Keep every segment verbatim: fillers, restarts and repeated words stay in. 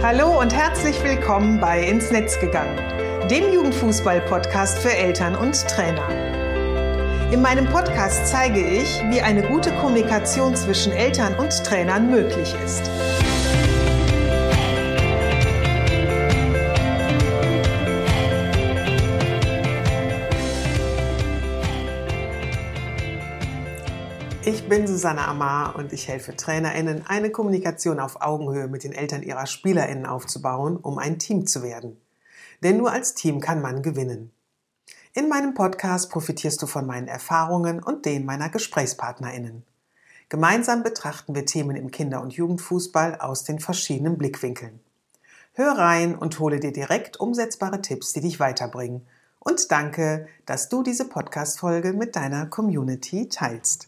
Hallo und herzlich willkommen bei Ins Netz gegangen, dem Jugendfußball-Podcast für Eltern und Trainer. In meinem Podcast zeige ich, wie eine gute Kommunikation zwischen Eltern und Trainern möglich ist. Ich bin Susanne Amar und ich helfe TrainerInnen, eine Kommunikation auf Augenhöhe mit den Eltern ihrer SpielerInnen aufzubauen, um ein Team zu werden. Denn nur als Team kann man gewinnen. In meinem Podcast profitierst du von meinen Erfahrungen und denen meiner GesprächspartnerInnen. Gemeinsam betrachten wir Themen im Kinder- und Jugendfußball aus den verschiedenen Blickwinkeln. Hör rein und hole dir direkt umsetzbare Tipps, die dich weiterbringen. Und danke, dass du diese Podcast-Folge mit deiner Community teilst.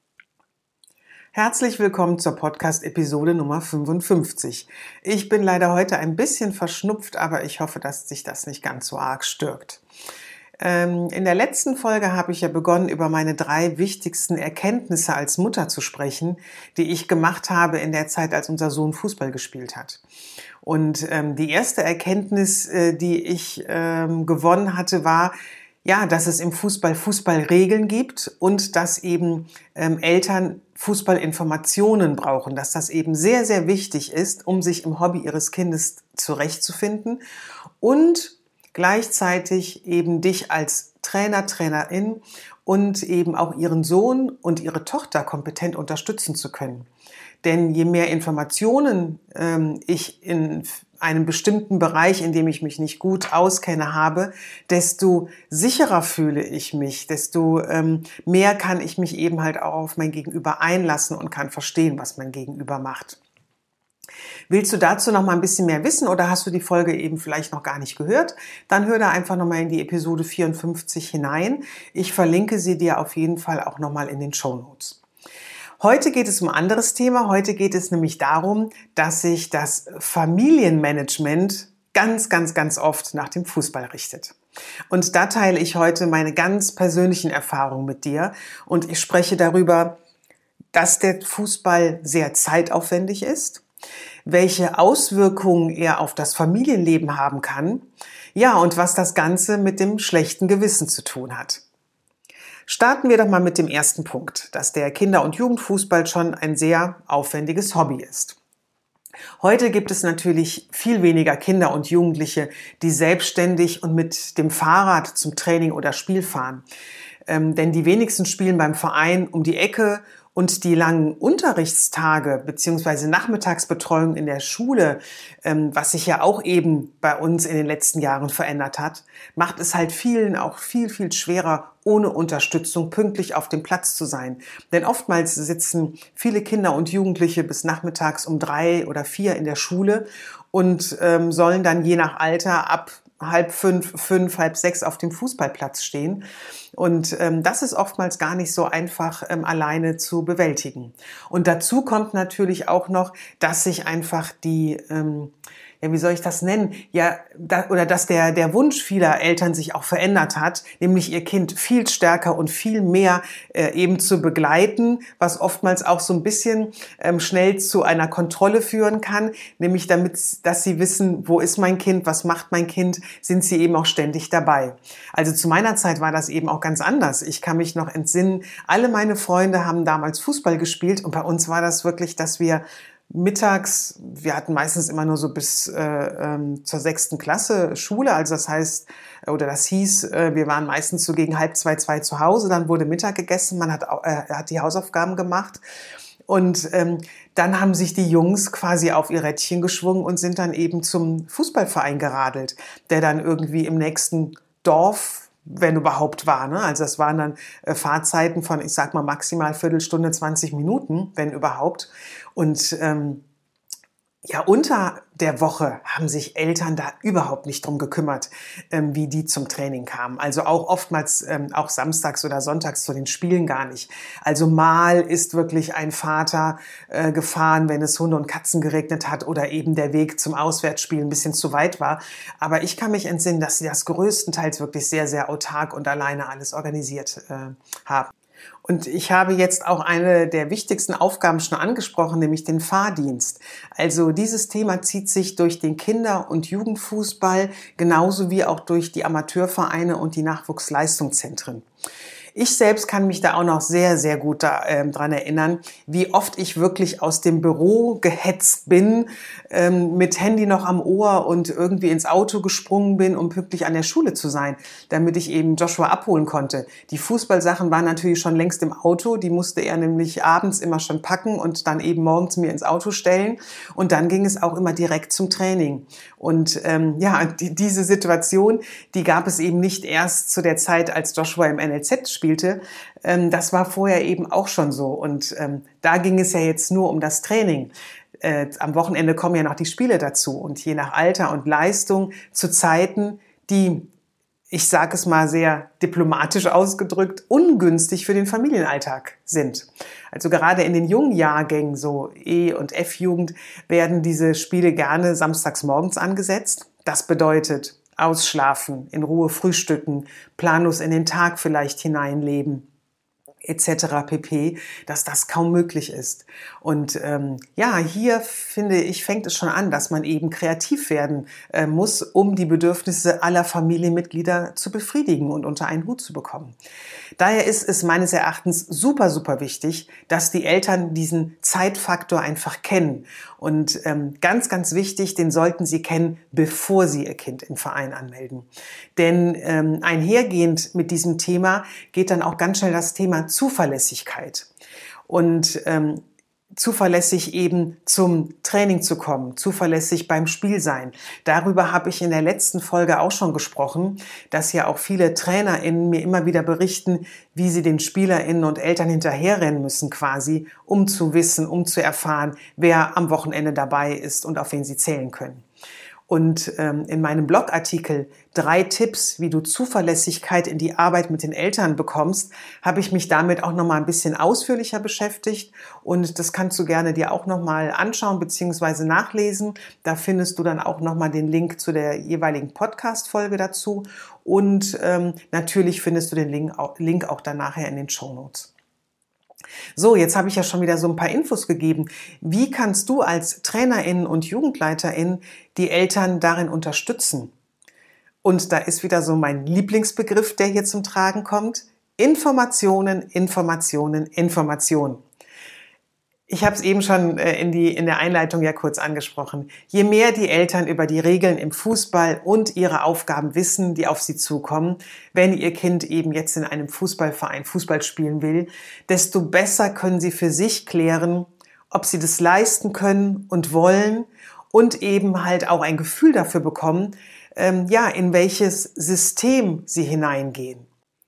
Herzlich willkommen zur Podcast-Episode Nummer fünfundfünfzig. Ich bin leider heute ein bisschen verschnupft, aber ich hoffe, dass sich das nicht ganz so arg stört. Ähm, in der letzten Folge habe ich ja begonnen, über meine drei wichtigsten Erkenntnisse als Mutter zu sprechen, die ich gemacht habe in der Zeit, als unser Sohn Fußball gespielt hat. Und ähm, die erste Erkenntnis, äh, die ich ähm, gewonnen hatte, war, ja, dass es im Fußball Fußballregeln gibt und dass eben ähm, Eltern Fußballinformationen brauchen, dass das eben sehr, sehr wichtig ist, um sich im Hobby ihres Kindes zurechtzufinden und gleichzeitig eben dich als Trainer, Trainerin und eben auch ihren Sohn und ihre Tochter kompetent unterstützen zu können. Denn je mehr Informationen ähm, ich in einem bestimmten Bereich, in dem ich mich nicht gut auskenne, habe, desto sicherer fühle ich mich, desto ähm, mehr kann ich mich eben halt auch auf mein Gegenüber einlassen und kann verstehen, was mein Gegenüber macht. Willst du dazu noch mal ein bisschen mehr wissen oder hast du die Folge eben vielleicht noch gar nicht gehört? Dann hör da einfach noch mal in die Episode vierundfünfzig hinein. Ich verlinke sie dir auf jeden Fall auch noch mal in den Shownotes. Heute geht es um ein anderes Thema. Heute geht es nämlich darum, dass sich das Familienmanagement ganz, ganz, ganz oft nach dem Fußball richtet. Und da teile ich heute meine ganz persönlichen Erfahrungen mit dir. Und ich spreche darüber, dass der Fußball sehr zeitaufwendig ist, welche Auswirkungen er auf das Familienleben haben kann, ja, und was das Ganze mit dem schlechten Gewissen zu tun hat. Starten wir doch mal mit dem ersten Punkt, dass der Kinder- und Jugendfußball schon ein sehr aufwendiges Hobby ist. Heute gibt es natürlich viel weniger Kinder und Jugendliche, die selbstständig und mit dem Fahrrad zum Training oder Spiel fahren. Ähm, denn die wenigsten spielen beim Verein um die Ecke und die langen Unterrichtstage bzw. Nachmittagsbetreuung in der Schule, ähm, was sich ja auch eben bei uns in den letzten Jahren verändert hat, macht es halt vielen auch viel, viel schwerer, ohne Unterstützung pünktlich auf dem Platz zu sein. Denn oftmals sitzen viele Kinder und Jugendliche bis nachmittags um drei oder vier in der Schule und ähm, sollen dann je nach Alter ab halb fünf, fünf, halb sechs auf dem Fußballplatz stehen. Und ähm, das ist oftmals gar nicht so einfach ähm, alleine zu bewältigen. Und dazu kommt natürlich auch noch, dass sich einfach die, ähm, ja, wie soll ich das nennen? Ja, da, oder dass der, der Wunsch vieler Eltern sich auch verändert hat, nämlich ihr Kind viel stärker und viel mehr äh, eben zu begleiten, was oftmals auch so ein bisschen ähm, schnell zu einer Kontrolle führen kann, nämlich damit, dass sie wissen, wo ist mein Kind, was macht mein Kind, sind sie eben auch ständig dabei. Also zu meiner Zeit war das eben auch ganz anders. Ich kann mich noch entsinnen, alle meine Freunde haben damals Fußball gespielt und bei uns war das wirklich, dass wir mittags, wir hatten meistens immer nur so bis äh, ähm, zur sechsten Klasse Schule, also das heißt, oder das hieß, äh, wir waren meistens so gegen halb zwei, zwei zu Hause, dann wurde Mittag gegessen, man hat, äh, hat die Hausaufgaben gemacht und ähm, dann haben sich die Jungs quasi auf ihr Rädchen geschwungen und sind dann eben zum Fußballverein geradelt, der dann irgendwie im nächsten Dorf, wenn überhaupt war, ne? Also das waren dann äh, Fahrzeiten von, ich sag mal, maximal Viertelstunde, zwanzig Minuten, wenn überhaupt. Und ähm, ja, unter der Woche haben sich Eltern da überhaupt nicht drum gekümmert, ähm, wie die zum Training kamen. Also auch oftmals, ähm, auch samstags oder sonntags zu den Spielen gar nicht. Also mal ist wirklich ein Vater äh, gefahren, wenn es Hunde und Katzen geregnet hat oder eben der Weg zum Auswärtsspiel ein bisschen zu weit war. Aber ich kann mich entsinnen, dass sie das größtenteils wirklich sehr, sehr autark und alleine alles organisiert äh, haben. Und ich habe jetzt auch eine der wichtigsten Aufgaben schon angesprochen, nämlich den Fahrdienst. Also dieses Thema zieht sich durch den Kinder- und Jugendfußball, genauso wie auch durch die Amateurvereine und die Nachwuchsleistungszentren. Ich selbst kann mich da auch noch sehr, sehr gut da, äh, dran erinnern, wie oft ich wirklich aus dem Büro gehetzt bin, ähm, mit Handy noch am Ohr und irgendwie ins Auto gesprungen bin, um pünktlich an der Schule zu sein, damit ich eben Joshua abholen konnte. Die Fußballsachen waren natürlich schon längst im Auto, die musste er nämlich abends immer schon packen und dann eben morgens mir ins Auto stellen. Und dann ging es auch immer direkt zum Training. Und ähm, ja, die, diese Situation, die gab es eben nicht erst zu der Zeit, als Joshua im N L Z spielte. Ähm, das war vorher eben auch schon so. Und ähm, da ging es ja jetzt nur um das Training. Äh, am Wochenende kommen ja noch die Spiele dazu. Und je nach Alter und Leistung zu Zeiten, die, ich sage es mal sehr diplomatisch ausgedrückt, ungünstig für den Familienalltag sind. Also gerade in den jungen Jahrgängen, so E- und F-Jugend, werden diese Spiele gerne samstags morgens angesetzt. Das bedeutet ausschlafen, in Ruhe frühstücken, planlos in den Tag vielleicht hineinleben, et cetera pp., dass das kaum möglich ist. Und ähm, ja, hier finde ich, fängt es schon an, dass man eben kreativ werden äh, muss, um die Bedürfnisse aller Familienmitglieder zu befriedigen und unter einen Hut zu bekommen. Daher ist es meines Erachtens super, super wichtig, dass die Eltern diesen Zeitfaktor einfach kennen. Und ähm, ganz, ganz wichtig, den sollten sie kennen, bevor sie ihr Kind im Verein anmelden. Denn ähm, einhergehend mit diesem Thema geht dann auch ganz schnell das Thema Zuverlässigkeit. Und ähm, zuverlässig eben zum Training zu kommen, zuverlässig beim Spiel sein. Darüber habe ich in der letzten Folge auch schon gesprochen, dass ja auch viele TrainerInnen mir immer wieder berichten, wie sie den SpielerInnen und Eltern hinterherrennen müssen quasi, um zu wissen, um zu erfahren, wer am Wochenende dabei ist und auf wen sie zählen können. Und ähm, in meinem Blogartikel drei Tipps, wie du Zuverlässigkeit in die Arbeit mit den Eltern bekommst, habe ich mich damit auch nochmal ein bisschen ausführlicher beschäftigt. Und das kannst du gerne dir auch nochmal anschauen bzw. nachlesen. Da findest du dann auch nochmal den Link zu der jeweiligen Podcast-Folge dazu. Und ähm, natürlich findest du den Link auch, Link auch dann nachher in den Shownotes. So, jetzt habe ich ja schon wieder so ein paar Infos gegeben. Wie kannst du als Trainerin und Jugendleiterin die Eltern darin unterstützen? Und da ist wieder so mein Lieblingsbegriff, der hier zum Tragen kommt. Informationen, Informationen, Informationen. Ich habe es eben schon in, die, in der Einleitung ja kurz angesprochen. Je mehr die Eltern über die Regeln im Fußball und ihre Aufgaben wissen, die auf sie zukommen, wenn ihr Kind eben jetzt in einem Fußballverein Fußball spielen will, desto besser können sie für sich klären, ob sie das leisten können und wollen und eben halt auch ein Gefühl dafür bekommen, ähm, ja, in welches System sie hineingehen.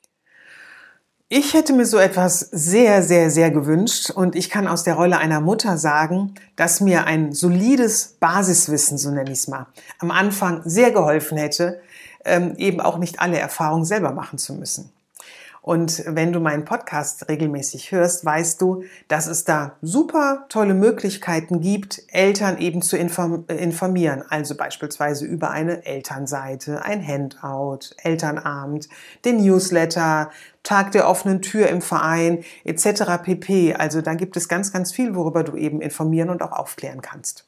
Ich hätte mir so etwas sehr, sehr, sehr gewünscht und ich kann aus der Rolle einer Mutter sagen, dass mir ein solides Basiswissen, so nenne ich es mal, am Anfang sehr geholfen hätte, ähm, eben auch nicht alle Erfahrungen selber machen zu müssen. Und wenn du meinen Podcast regelmäßig hörst, weißt du, dass es da super tolle Möglichkeiten gibt, Eltern eben zu informieren. Also beispielsweise über eine Elternseite, ein Handout, Elternabend, den Newsletter, Tag der offenen Tür im Verein et cetera pp. Also da gibt es ganz, ganz viel, worüber du eben informieren und auch aufklären kannst.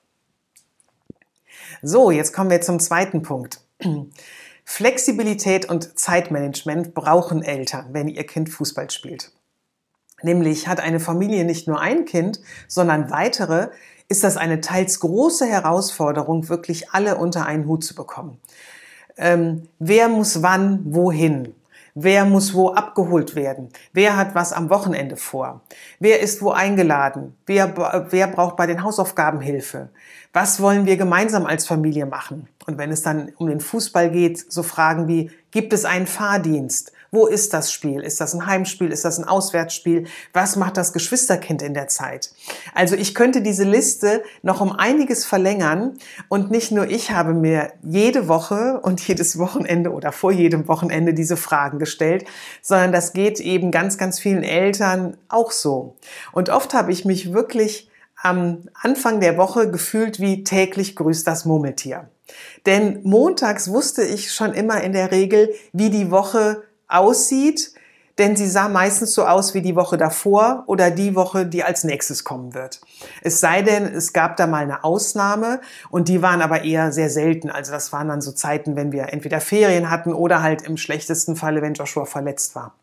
So, jetzt kommen wir zum zweiten Punkt. Flexibilität und Zeitmanagement brauchen Eltern, wenn ihr Kind Fußball spielt. Nämlich hat eine Familie nicht nur ein Kind, sondern weitere, ist das eine teils große Herausforderung, wirklich alle unter einen Hut zu bekommen. Ähm, wer muss wann wohin? Wer muss wo abgeholt werden? Wer hat was am Wochenende vor? Wer ist wo eingeladen? Wer, wer braucht bei den Hausaufgaben Hilfe? Was wollen wir gemeinsam als Familie machen? Und wenn es dann um den Fußball geht, so Fragen wie, gibt es einen Fahrdienst? Wo ist das Spiel? Ist das ein Heimspiel? Ist das ein Auswärtsspiel? Was macht das Geschwisterkind in der Zeit? Also ich könnte diese Liste noch um einiges verlängern und nicht nur ich habe mir jede Woche und jedes Wochenende oder vor jedem Wochenende diese Fragen gestellt, sondern das geht eben ganz, ganz vielen Eltern auch so. Und oft habe ich mich wirklich am Anfang der Woche gefühlt wie täglich grüßt das Murmeltier. Denn montags wusste ich schon immer in der Regel, wie die Woche aussieht. denn sie sah meistens so aus wie die Woche davor oder die Woche, die als nächstes kommen wird. Es sei denn, es gab da mal eine Ausnahme und die waren aber eher sehr selten. Also das waren dann so Zeiten, wenn wir entweder Ferien hatten oder halt im schlechtesten Falle, wenn Joshua verletzt war.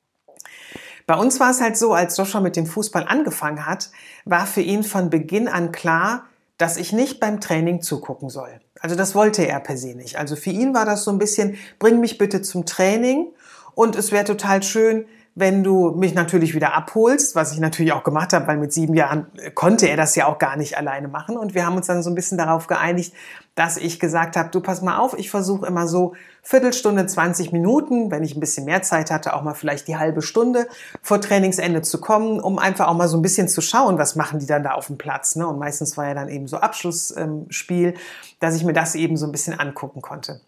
Bei uns war es halt so, als Joshua mit dem Fußball angefangen hat, war für ihn von Beginn an klar, dass ich nicht beim Training zugucken soll. Also das wollte er per se nicht. Also für ihn war das so ein bisschen, bring mich bitte zum Training und es wäre total schön, wenn du mich natürlich wieder abholst, was ich natürlich auch gemacht habe, weil mit sieben Jahren konnte er das ja auch gar nicht alleine machen. Und wir haben uns dann so ein bisschen darauf geeinigt, dass ich gesagt habe, du pass mal auf, ich versuche immer so Viertelstunde, zwanzig Minuten, wenn ich ein bisschen mehr Zeit hatte, auch mal vielleicht die halbe Stunde vor Trainingsende zu kommen, um einfach auch mal so ein bisschen zu schauen, was machen die dann da auf dem Platz. Ne? Und meistens war ja dann eben so Abschlussspiel, dass ich mir das eben so ein bisschen angucken konnte.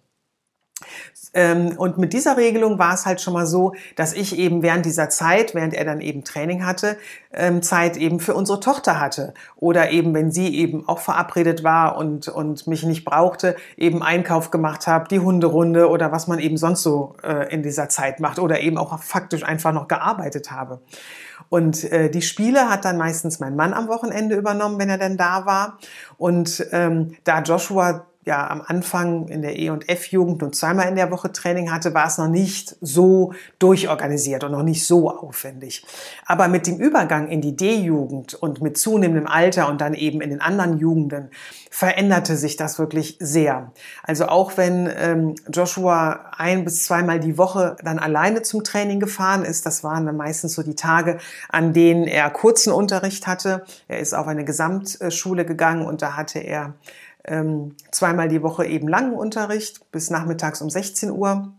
Und mit dieser Regelung war es halt schon mal so, dass ich eben während dieser Zeit, während er dann eben Training hatte, Zeit eben für unsere Tochter hatte. Oder eben, wenn sie eben auch verabredet war und, und mich nicht brauchte, eben Einkauf gemacht habe, die Hunderunde oder was man eben sonst so in dieser Zeit macht. Oder eben auch faktisch einfach noch gearbeitet habe. Und äh, die Spiele hat dann meistens mein Mann am Wochenende übernommen, wenn er denn da war. Und ähm, da Joshua ja am Anfang in der E- und F-Jugend und zweimal in der Woche Training hatte, war es noch nicht so durchorganisiert und noch nicht so aufwendig. Aber mit dem Übergang in die D-Jugend und mit zunehmendem Alter und dann eben in den anderen Jugenden veränderte sich das wirklich sehr. Also auch wenn ähm, Joshua ein- bis zweimal die Woche dann alleine zum Training gefahren ist, das waren dann meistens so die Tage, an denen er kurzen Unterricht hatte. Er ist auf eine Gesamtschule gegangen und da hatte er Ähm, zweimal die Woche eben langen Unterricht bis nachmittags um sechzehn Uhr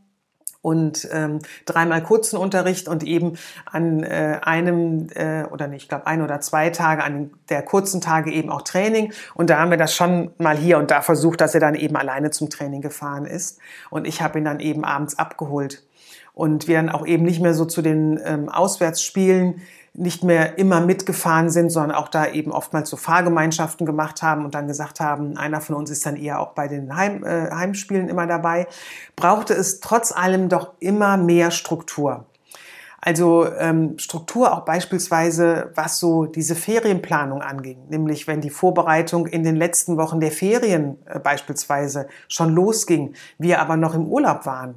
und ähm, dreimal kurzen Unterricht und eben an äh, einem äh, oder nicht, ich glaube ein oder zwei Tage an der kurzen Tage eben auch Training. Und da haben wir das schon mal hier und da versucht, dass er dann eben alleine zum Training gefahren ist. Und ich habe ihn dann eben abends abgeholt. Und wir dann auch eben nicht mehr so zu den ähm, Auswärtsspielen nicht mehr immer mitgefahren sind, sondern auch da eben oftmals so Fahrgemeinschaften gemacht haben und dann gesagt haben, einer von uns ist dann eher auch bei den Heim, äh, Heimspielen immer dabei, brauchte es trotz allem doch immer mehr Struktur. Also ähm, Struktur auch beispielsweise, was so diese Ferienplanung anging, nämlich wenn die Vorbereitung in den letzten Wochen der Ferien äh, beispielsweise schon losging, wir aber noch im Urlaub waren.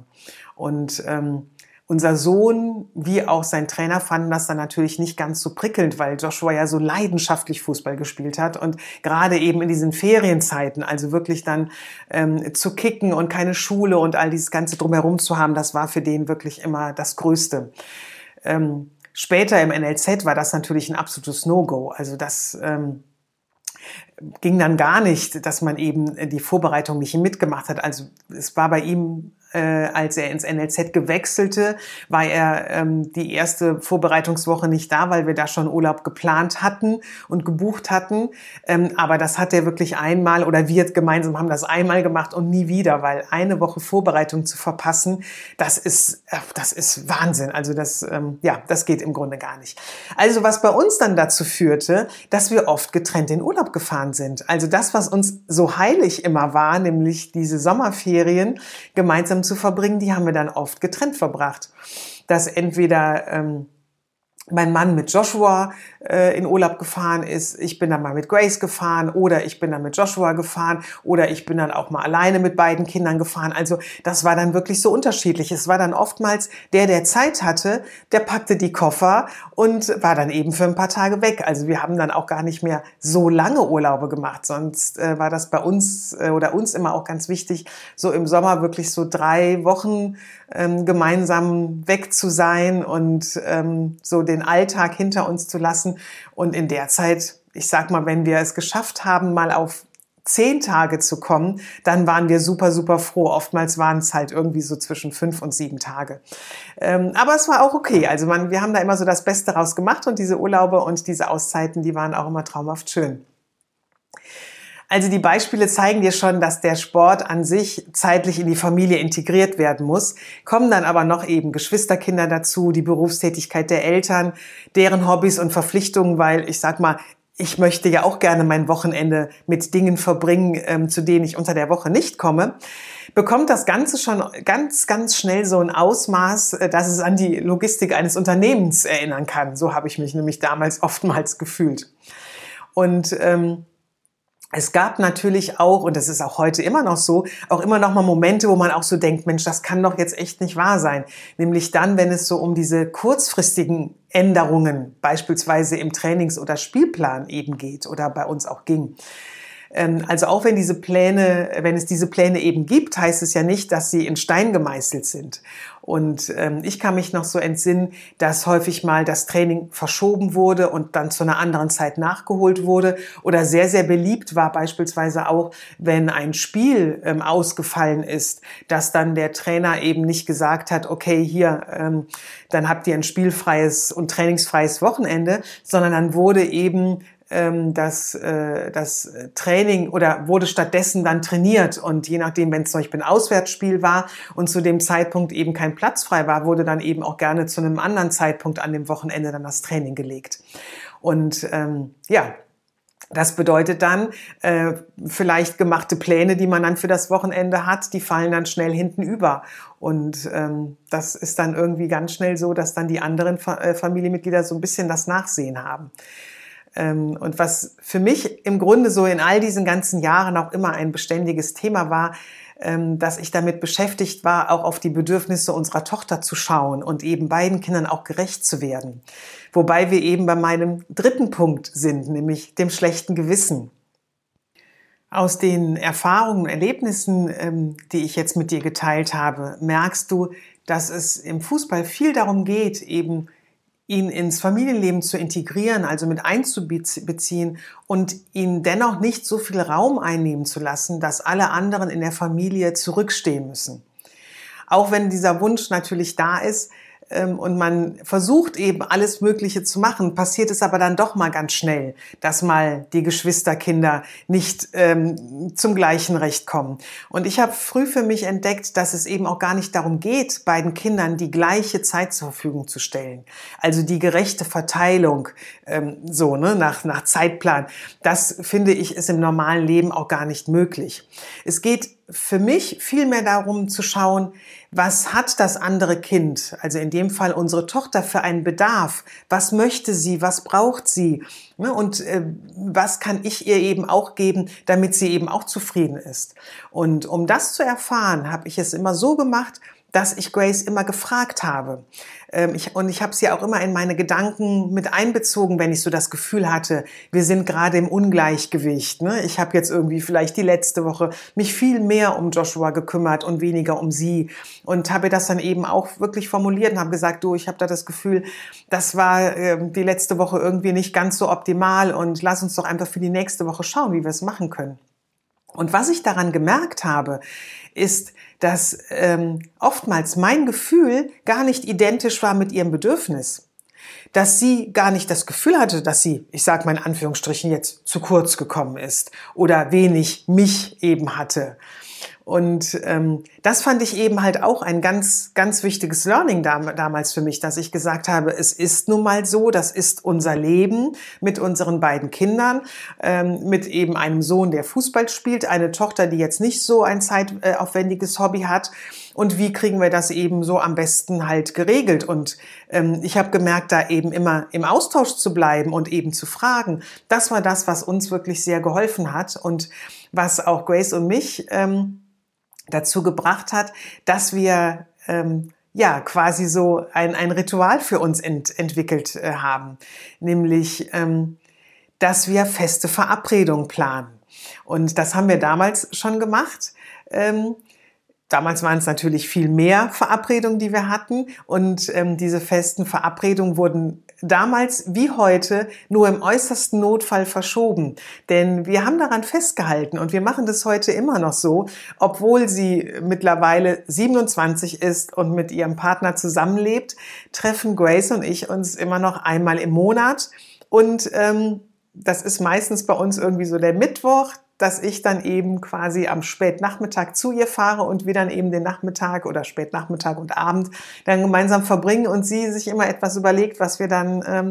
Und ähm, unser Sohn wie auch sein Trainer fanden das dann natürlich nicht ganz so prickelnd, weil Joshua ja so leidenschaftlich Fußball gespielt hat und gerade eben in diesen Ferienzeiten, also wirklich dann ähm, zu kicken und keine Schule und all dieses Ganze drumherum zu haben, das war für den wirklich immer das Größte. Ähm, später im N L Z war das natürlich ein absolutes No-Go. Also das ähm, ging dann gar nicht, dass man eben die Vorbereitung nicht mitgemacht hat. Also es war bei ihm, äh, als er ins N L Z gewechselte, war er ähm, die erste Vorbereitungswoche nicht da, weil wir da schon Urlaub geplant hatten und gebucht hatten. Ähm, aber das hat er wirklich einmal oder wir gemeinsam haben das einmal gemacht und nie wieder, weil eine Woche Vorbereitung zu verpassen, das ist, äh, das ist Wahnsinn. Also das, ähm, ja, das geht im Grunde gar nicht. Also was bei uns dann dazu führte, dass wir oft getrennt in Urlaub gefahren sind. Also das, was uns so heilig immer war, nämlich diese Sommerferien gemeinsam zu verbringen, die haben wir dann oft getrennt verbracht. Dass entweder ähm, mein Mann mit Joshua äh, in Urlaub gefahren ist, ich bin dann mal mit Grace gefahren oder ich bin dann mit Joshua gefahren oder ich bin dann auch mal alleine mit beiden Kindern gefahren. Also das war dann wirklich so unterschiedlich. Es war dann oftmals der, der Zeit hatte, der packte die Koffer und war dann eben für ein paar Tage weg. Also wir haben dann auch gar nicht mehr so lange Urlaube gemacht. Sonst äh, war das bei uns äh, oder uns immer auch ganz wichtig, so im Sommer wirklich so drei Wochen ähm, gemeinsam weg zu sein und ähm, so den Alltag hinter uns zu lassen. Und in der Zeit, ich sag mal, wenn wir es geschafft haben, mal auf zehn Tage zu kommen, dann waren wir super, super froh. Oftmals waren es halt irgendwie so zwischen fünf und sieben Tage. Ähm, aber es war auch okay. Also man, wir haben da immer so das Beste raus gemacht und diese Urlaube und diese Auszeiten, die waren auch immer traumhaft schön. Also die Beispiele zeigen dir schon, dass der Sport an sich zeitlich in die Familie integriert werden muss, kommen dann aber noch eben Geschwisterkinder dazu, die Berufstätigkeit der Eltern, deren Hobbys und Verpflichtungen, weil ich sag mal, ich möchte ja auch gerne mein Wochenende mit Dingen verbringen, ähm, zu denen ich unter der Woche nicht komme, bekommt das Ganze schon ganz, ganz schnell so ein Ausmaß, äh, dass es an die Logistik eines Unternehmens erinnern kann. So habe ich mich nämlich damals oftmals gefühlt. Und ähm, es gab natürlich auch, und das ist auch heute immer noch so, auch immer noch mal Momente, wo man auch so denkt, Mensch, das kann doch jetzt echt nicht wahr sein. Nämlich dann, wenn es so um diese kurzfristigen Änderungen, beispielsweise im Trainings- oder Spielplan eben geht oder bei uns auch ging. Also auch wenn diese Pläne, wenn es diese Pläne eben gibt, heißt es ja nicht, dass sie in Stein gemeißelt sind. Und ähm, ich kann mich noch so entsinnen, dass häufig mal das Training verschoben wurde und dann zu einer anderen Zeit nachgeholt wurde. Oder sehr, sehr beliebt war beispielsweise auch, wenn ein Spiel ähm, ausgefallen ist, dass dann der Trainer eben nicht gesagt hat, okay, hier, ähm, dann habt ihr ein spielfreies und trainingsfreies Wochenende, sondern dann wurde eben Das, das Training oder wurde stattdessen dann trainiert und je nachdem, wenn es zum Beispiel ein Auswärtsspiel war und zu dem Zeitpunkt eben kein Platz frei war, wurde dann eben auch gerne zu einem anderen Zeitpunkt an dem Wochenende dann das Training gelegt. Und ähm, ja, das bedeutet dann, äh, vielleicht gemachte Pläne, die man dann für das Wochenende hat, die fallen dann schnell hinten über. Und ähm, das ist dann irgendwie ganz schnell so, dass dann die anderen Fa- äh, Familienmitglieder so ein bisschen das Nachsehen haben. Und was für mich im Grunde so in all diesen ganzen Jahren auch immer ein beständiges Thema war, dass ich damit beschäftigt war, auch auf die Bedürfnisse unserer Tochter zu schauen und eben beiden Kindern auch gerecht zu werden. Wobei wir eben bei meinem dritten Punkt sind, nämlich dem schlechten Gewissen. Aus den Erfahrungen und Erlebnissen, die ich jetzt mit dir geteilt habe, merkst du, dass es im Fußball viel darum geht, eben ihn ins Familienleben zu integrieren, also mit einzubeziehen und ihn dennoch nicht so viel Raum einnehmen zu lassen, dass alle anderen in der Familie zurückstehen müssen. Auch wenn dieser Wunsch natürlich da ist, und man versucht eben alles Mögliche zu machen, passiert es aber dann doch mal ganz schnell, dass mal die Geschwisterkinder nicht ähm, zum gleichen Recht kommen. Und ich habe früh für mich entdeckt, dass es eben auch gar nicht darum geht, beiden Kindern die gleiche Zeit zur Verfügung zu stellen. Also die gerechte Verteilung, ähm, so ne, nach, nach Zeitplan. Das finde ich ist im normalen Leben auch gar nicht möglich. Es geht für mich vielmehr darum zu schauen, was hat das andere Kind, also in dem Fall unsere Tochter, für einen Bedarf? Was möchte sie? Was braucht sie? Und äh, was kann ich ihr eben auch geben, damit sie eben auch zufrieden ist? Und um das zu erfahren, habe ich es immer so gemacht, dass ich Grace immer gefragt habe. Ähm, ich, und ich habe sie auch immer in meine Gedanken mit einbezogen, wenn ich so das Gefühl hatte, wir sind gerade im Ungleichgewicht. Ne? Ich habe jetzt irgendwie vielleicht die letzte Woche mich viel mehr um Joshua gekümmert und weniger um sie. Und habe das dann eben auch wirklich formuliert und habe gesagt, du, ich habe da das Gefühl, das war äh, die letzte Woche irgendwie nicht ganz so optimal und lass uns doch einfach für die nächste Woche schauen, wie wir es machen können. Und was ich daran gemerkt habe, ist, dass ähm, oftmals mein Gefühl gar nicht identisch war mit ihrem Bedürfnis. Dass sie gar nicht das Gefühl hatte, dass sie, ich sage mal in Anführungsstrichen jetzt, zu kurz gekommen ist oder wenig mich eben hatte. Und ähm, das fand ich eben halt auch ein ganz, ganz wichtiges Learning dam- damals für mich, dass ich gesagt habe, es ist nun mal so, das ist unser Leben mit unseren beiden Kindern, ähm, mit eben einem Sohn, der Fußball spielt, eine Tochter, die jetzt nicht so ein zeitaufwendiges Hobby hat. Und wie kriegen wir das eben so am besten halt geregelt? Und ähm, ich habe gemerkt, da eben immer im Austausch zu bleiben und eben zu fragen, das war das, was uns wirklich sehr geholfen hat und was auch Grace und mich ähm, dazu gebracht hat, dass wir ähm, ja quasi so ein, ein Ritual für uns ent, entwickelt äh, haben, nämlich ähm, dass wir feste Verabredungen planen. Und das haben wir damals schon gemacht. Ähm, Damals waren es natürlich viel mehr Verabredungen, die wir hatten. Und ähm, diese festen Verabredungen wurden damals wie heute nur im äußersten Notfall verschoben. Denn wir haben daran festgehalten und wir machen das heute immer noch so, obwohl sie mittlerweile siebenundzwanzig ist und mit ihrem Partner zusammenlebt, treffen Grace und ich uns immer noch einmal im Monat. Und ähm, das ist meistens bei uns irgendwie so der Mittwoch, dass ich dann eben quasi am Spätnachmittag zu ihr fahre und wir dann eben den Nachmittag oder Spätnachmittag und Abend dann gemeinsam verbringen und sie sich immer etwas überlegt, was wir dann ähm,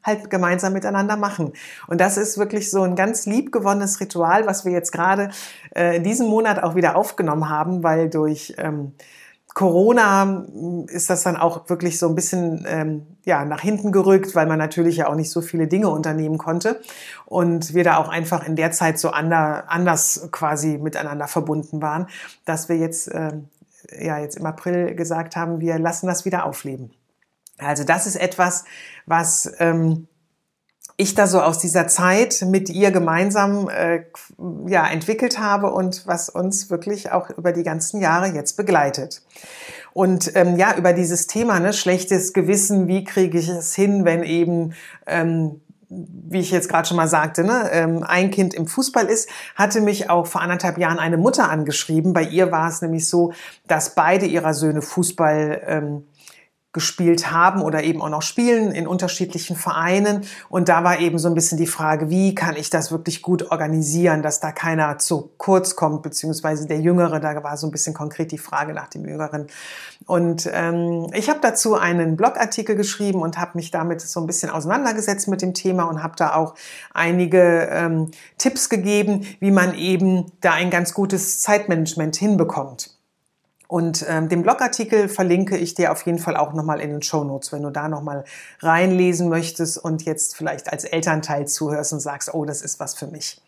halt gemeinsam miteinander machen. Und das ist wirklich so ein ganz liebgewonnenes Ritual, was wir jetzt gerade äh, in diesem Monat auch wieder aufgenommen haben, weil durch ähm, Corona ist das dann auch wirklich so ein bisschen ähm, ja, nach hinten gerückt, weil man natürlich ja auch nicht so viele Dinge unternehmen konnte und wir da auch einfach in der Zeit so ander, anders quasi miteinander verbunden waren, dass wir jetzt, ähm, ja, jetzt im April gesagt haben, wir lassen das wieder aufleben. Also das ist etwas, was ähm, ich da so aus dieser Zeit mit ihr gemeinsam äh, ja, entwickelt habe und was uns wirklich auch über die ganzen Jahre jetzt begleitet. Und ähm, ja, über dieses Thema, ne, schlechtes Gewissen, wie kriege ich es hin, wenn eben, ähm, wie ich jetzt gerade schon mal sagte, ne, ähm, ein Kind im Fußball ist, hatte mich auch vor anderthalb Jahren eine Mutter angeschrieben. Bei ihr war es nämlich so, dass beide ihrer Söhne Fußball ähm, gespielt haben oder eben auch noch spielen in unterschiedlichen Vereinen. Und da war eben so ein bisschen die Frage, wie kann ich das wirklich gut organisieren, dass da keiner zu kurz kommt, beziehungsweise der Jüngere, da war so ein bisschen konkret die Frage nach dem Jüngeren. Und ähm, ich habe dazu einen Blogartikel geschrieben und habe mich damit so ein bisschen auseinandergesetzt mit dem Thema und habe da auch einige ähm, Tipps gegeben, wie man eben da ein ganz gutes Zeitmanagement hinbekommt. Und ähm, den Blogartikel verlinke ich dir auf jeden Fall auch nochmal in den Shownotes, wenn du da nochmal reinlesen möchtest und jetzt vielleicht als Elternteil zuhörst und sagst, oh, das ist was für mich.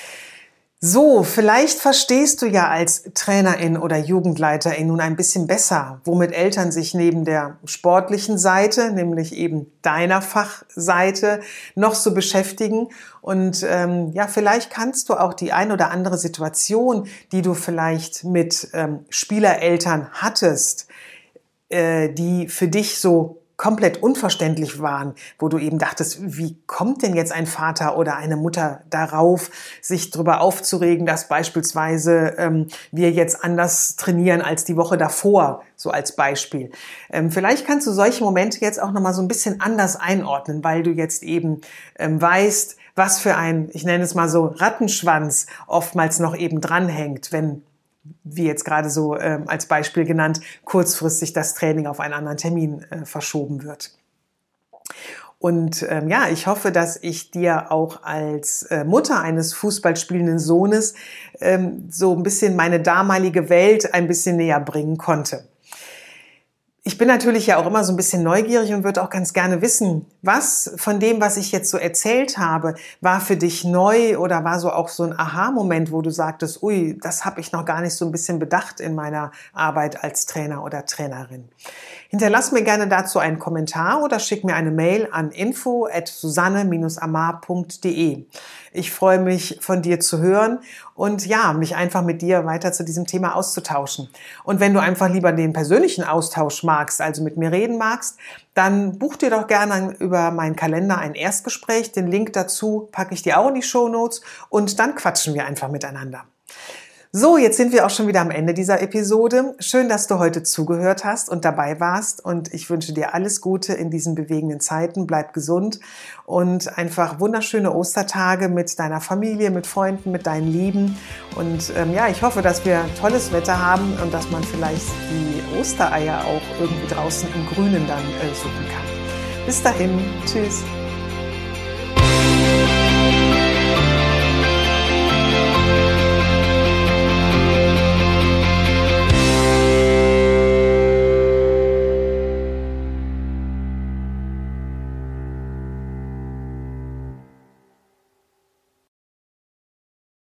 So, vielleicht verstehst du ja als Trainerin oder Jugendleiterin nun ein bisschen besser, womit Eltern sich neben der sportlichen Seite, nämlich eben deiner Fachseite, noch so beschäftigen. Und ähm, ja, vielleicht kannst du auch die ein oder andere Situation, die du vielleicht mit ähm, Spielereltern hattest, äh, die für dich so komplett unverständlich waren, wo du eben dachtest, wie kommt denn jetzt ein Vater oder eine Mutter darauf, sich darüber aufzuregen, dass beispielsweise ähm, wir jetzt anders trainieren als die Woche davor, so als Beispiel. Ähm, vielleicht kannst du solche Momente jetzt auch nochmal so ein bisschen anders einordnen, weil du jetzt eben ähm, weißt, was für ein, ich nenne es mal so, Rattenschwanz oftmals noch eben dranhängt, wenn, wie jetzt gerade so ähm, als Beispiel genannt, kurzfristig das Training auf einen anderen Termin äh, verschoben wird. Und ähm, ja, ich hoffe, dass ich dir auch als äh, Mutter eines fußballspielenden Sohnes ähm, so ein bisschen meine damalige Welt ein bisschen näher bringen konnte. Ich bin natürlich ja auch immer so ein bisschen neugierig und würde auch ganz gerne wissen, was von dem, was ich jetzt so erzählt habe, war für dich neu oder war so auch so ein Aha-Moment, wo du sagtest, ui, das habe ich noch gar nicht so ein bisschen bedacht in meiner Arbeit als Trainer oder Trainerin. Hinterlass mir gerne dazu einen Kommentar oder schick mir eine Mail an info at susanne dash amar punkt de. Ich freue mich, von dir zu hören und ja, mich einfach mit dir weiter zu diesem Thema auszutauschen. Und wenn du einfach lieber den persönlichen Austausch magst, also mit mir reden magst, dann buch dir doch gerne über meinen Kalender ein Erstgespräch. Den Link dazu packe ich dir auch in die Shownotes und dann quatschen wir einfach miteinander. So, jetzt sind wir auch schon wieder am Ende dieser Episode. Schön, dass du heute zugehört hast und dabei warst und ich wünsche dir alles Gute in diesen bewegenden Zeiten. Bleib gesund und einfach wunderschöne Ostertage mit deiner Familie, mit Freunden, mit deinen Lieben und ähm, ja, ich hoffe, dass wir tolles Wetter haben und dass man vielleicht die Ostereier auch irgendwie draußen im Grünen dann äh, suchen kann. Bis dahin, tschüss.